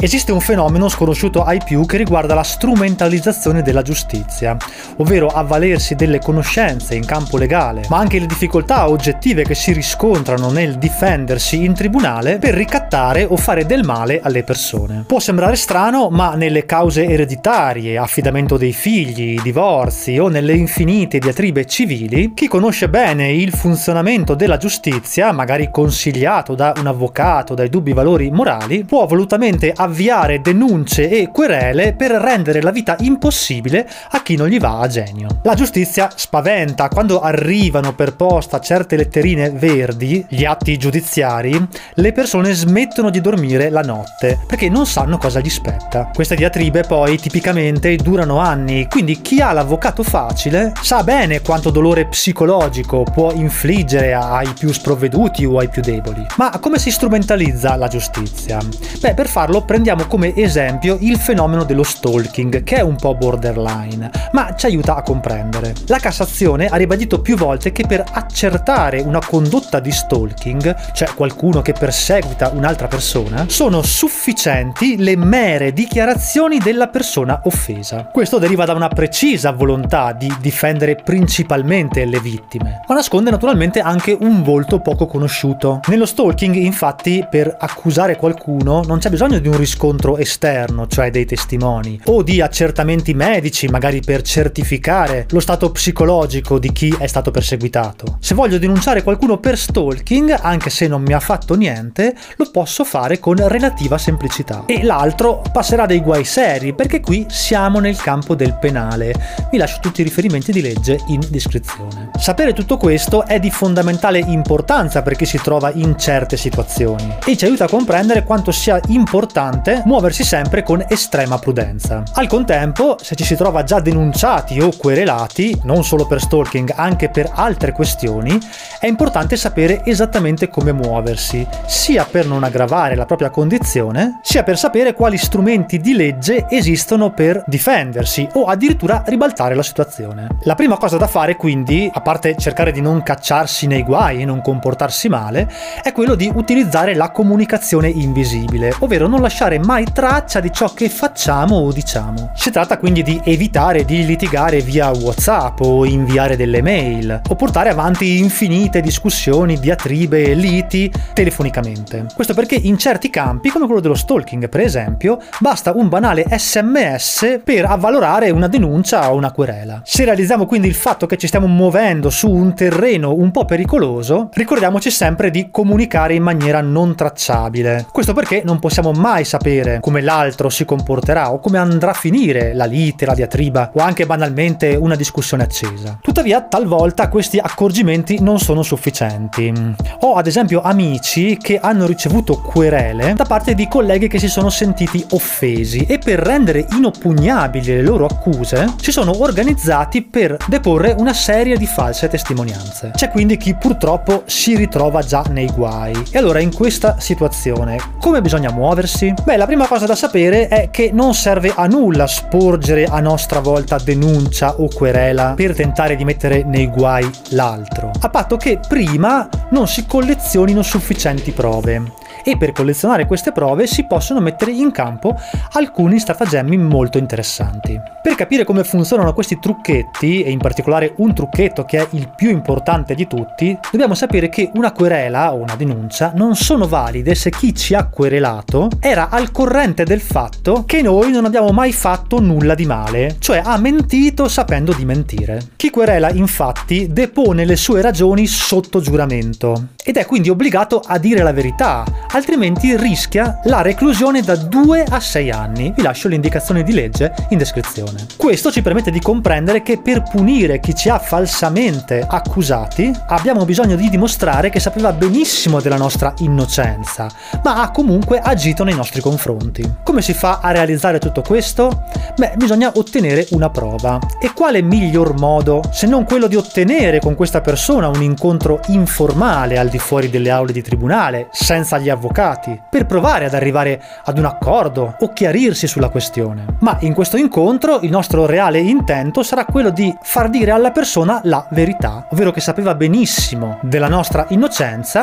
Esiste un fenomeno sconosciuto ai più che riguarda la strumentalizzazione della giustizia, ovvero avvalersi delle conoscenze in campo legale, ma anche le difficoltà oggettive che si riscontrano nel difendersi in tribunale per ricattare o fare del male alle persone. Può sembrare strano, ma nelle cause ereditarie, affidamento dei figli, divorzi o nelle infinite diatribe civili, chi conosce bene il funzionamento della giustizia, magari consigliato da un avvocato, dai dubbi valori morali, può volutamente avviare denunce e querele per rendere la vita impossibile a chi non gli va a genio. La giustizia spaventa quando arrivano per posta certe letterine verdi, gli atti giudiziari, le persone smettono di dormire la notte perché non sanno cosa gli spetta. Queste diatribe poi tipicamente durano anni, quindi chi ha l'avvocato facile sa bene quanto dolore psicologico può infliggere ai più sprovveduti o ai più deboli. Ma come si strumentalizza la giustizia? Beh, per farlo prendiamo come esempio il fenomeno dello stalking, che è un po' borderline, ma ci aiuta a comprendere. La Cassazione ha ribadito più volte che per accertare una condotta di stalking, cioè qualcuno che perseguita un'altra persona, sono sufficienti le mere dichiarazioni della persona offesa. Questo deriva da una precisa volontà di difendere principalmente le vittime, ma nasconde naturalmente anche un volto poco conosciuto. Nello stalking, infatti, per accusare qualcuno non c'è bisogno di un riscontro esterno, cioè dei testimoni, o di accertamenti medici, magari per certificare lo stato psicologico di chi è stato perseguitato. Se voglio denunciare qualcuno per stalking, anche se non mi ha fatto niente, lo posso fare con relativa semplicità. E l'altro passerà dei guai seri, perché qui siamo nel campo del penale. Vi lascio tutti i riferimenti di legge in descrizione. Sapere tutto questo è di fondamentale importanza per chi si trova in certe situazioni e ci aiuta a comprendere quanto sia importante muoversi sempre con estrema prudenza. Al contempo, se ci si trova già denunciati o querelati, non solo per stalking, anche per altre questioni, è importante sapere esattamente come muoversi, sia per non aggravare la propria condizione, sia per sapere quali strumenti di legge esistono per difendersi o addirittura ribaltare la situazione. La prima cosa da fare, quindi, a parte cercare di non cacciarsi nei guai e non comportarsi male, è quello di utilizzare la comunicazione invisibile, ovvero non lasciare mai traccia di ciò che facciamo o diciamo. Si tratta quindi di evitare di litigare via WhatsApp o inviare delle mail, o portare avanti infinite discussioni, diatribe e liti telefonicamente. Questo perché in certi campi, come quello dello stalking per esempio, basta un banale SMS per avvalorare una denuncia o una querela. Se realizziamo quindi il fatto che ci stiamo muovendo su un terreno un po' pericoloso, ricordiamoci sempre di comunicare in maniera non tracciabile. Questo perché non possiamo mai sapere come l'altro si comporterà o come andrà a finire la lite, la diatriba o anche banalmente una discussione accesa. Tuttavia, talvolta questi accorgimenti non sono sufficienti. Ho ad esempio amici che hanno ricevuto querele da parte di colleghi che si sono sentiti offesi e per rendere inoppugnabili le loro accuse si sono organizzati per deporre una serie di false testimonianze. C'è quindi chi purtroppo si ritrova già nei guai. E allora in questa situazione come bisogna muoversi? Beh, la prima cosa da sapere è che non serve a nulla sporgere a nostra volta denuncia o querela per tentare di mettere nei guai l'altro, a patto che prima non si collezionino sufficienti prove. E per collezionare queste prove si possono mettere in campo alcuni stratagemmi molto interessanti. Per capire come funzionano questi trucchetti, e in particolare un trucchetto che è il più importante di tutti, dobbiamo sapere che una querela o una denuncia non sono valide se chi ci ha querelato era al corrente del fatto che noi non abbiamo mai fatto nulla di male, cioè ha mentito sapendo di mentire. Chi querela infatti depone le sue ragioni sotto giuramento ed è quindi obbligato a dire la verità, altrimenti rischia la reclusione da 2 a 6 anni. Vi lascio le indicazioni di legge in descrizione. Questo ci permette di comprendere che per punire chi ci ha falsamente accusati abbiamo bisogno di dimostrare che sapeva benissimo della nostra innocenza, ma ha comunque agito nei nostri confronti. Come si fa a realizzare tutto questo? Beh, bisogna ottenere una prova. E quale miglior modo se non quello di ottenere con questa persona un incontro informale al di fuori delle aule di tribunale, senza gli avvocati, per provare ad arrivare ad un accordo o chiarirsi sulla questione. Ma in questo incontro il nostro reale intento sarà quello di far dire alla persona la verità, ovvero che sapeva benissimo della nostra innocenza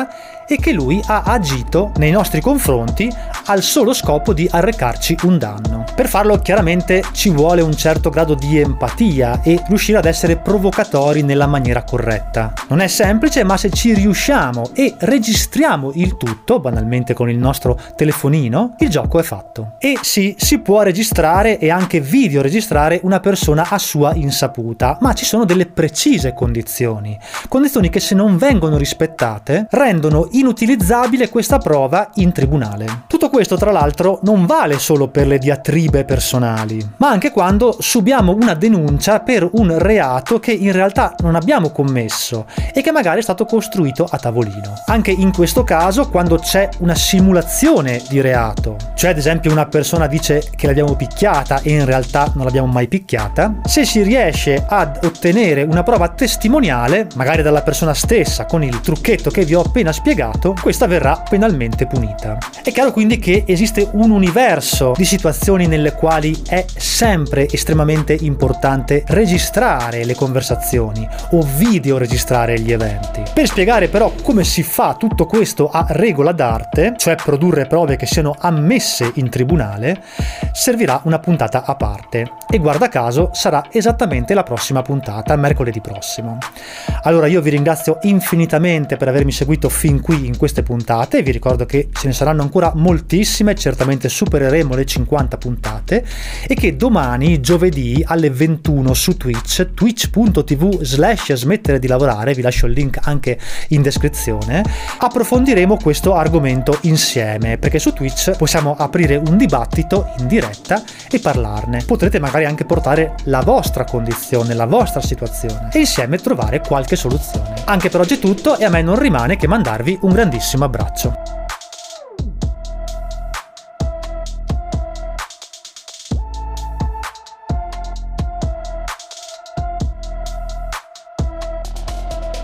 e che lui ha agito nei nostri confronti al solo scopo di arrecarci un danno. Per farlo chiaramente ci vuole un certo grado di empatia e riuscire ad essere provocatori nella maniera corretta. Non è semplice, ma se ci riusciamo e registriamo il tutto, banalmente con il nostro telefonino, il gioco è fatto. E sì, si può registrare e anche videoregistrare una persona a sua insaputa, ma ci sono delle precise condizioni che se non vengono rispettate rendono inutilizzabile questa prova in tribunale. Tutto questo tra l'altro non vale solo per le diatribe personali, ma anche quando subiamo una denuncia per un reato che in realtà non abbiamo commesso e che magari è stato costruito a tavolino. Anche in questo caso, quando c'è una simulazione di reato, cioè ad esempio una persona dice che l'abbiamo picchiata e in realtà non l'abbiamo mai picchiata, se si riesce ad ottenere una prova testimoniale, magari dalla persona stessa con il trucchetto che vi ho appena spiegato, questa verrà penalmente punita. È chiaro quindi che esiste un universo di situazioni nelle quali è sempre estremamente importante registrare le conversazioni o videoregistrare gli eventi. Per spiegare però come si fa tutto questo a regola d'arte, cioè produrre prove che siano ammesse in tribunale, servirà una puntata a parte e guarda caso sarà esattamente la prossima puntata, mercoledì prossimo. Allora io vi ringrazio infinitamente per avermi seguito fin qui in queste puntate, vi ricordo che ce ne saranno ancora moltissime, certamente supereremo le 50 puntate e che domani, giovedì alle 21 su Twitch, twitch.tv/smettere di lavorare, vi lascio il link anche in descrizione, approfondiremo questo argomento insieme, perché su Twitch possiamo aprire un dibattito in diretta e parlarne. Potrete magari anche portare la vostra condizione, la vostra situazione e insieme trovare qualche soluzione. Anche per oggi è tutto e a me non rimane che mandarvi un grandissimo abbraccio.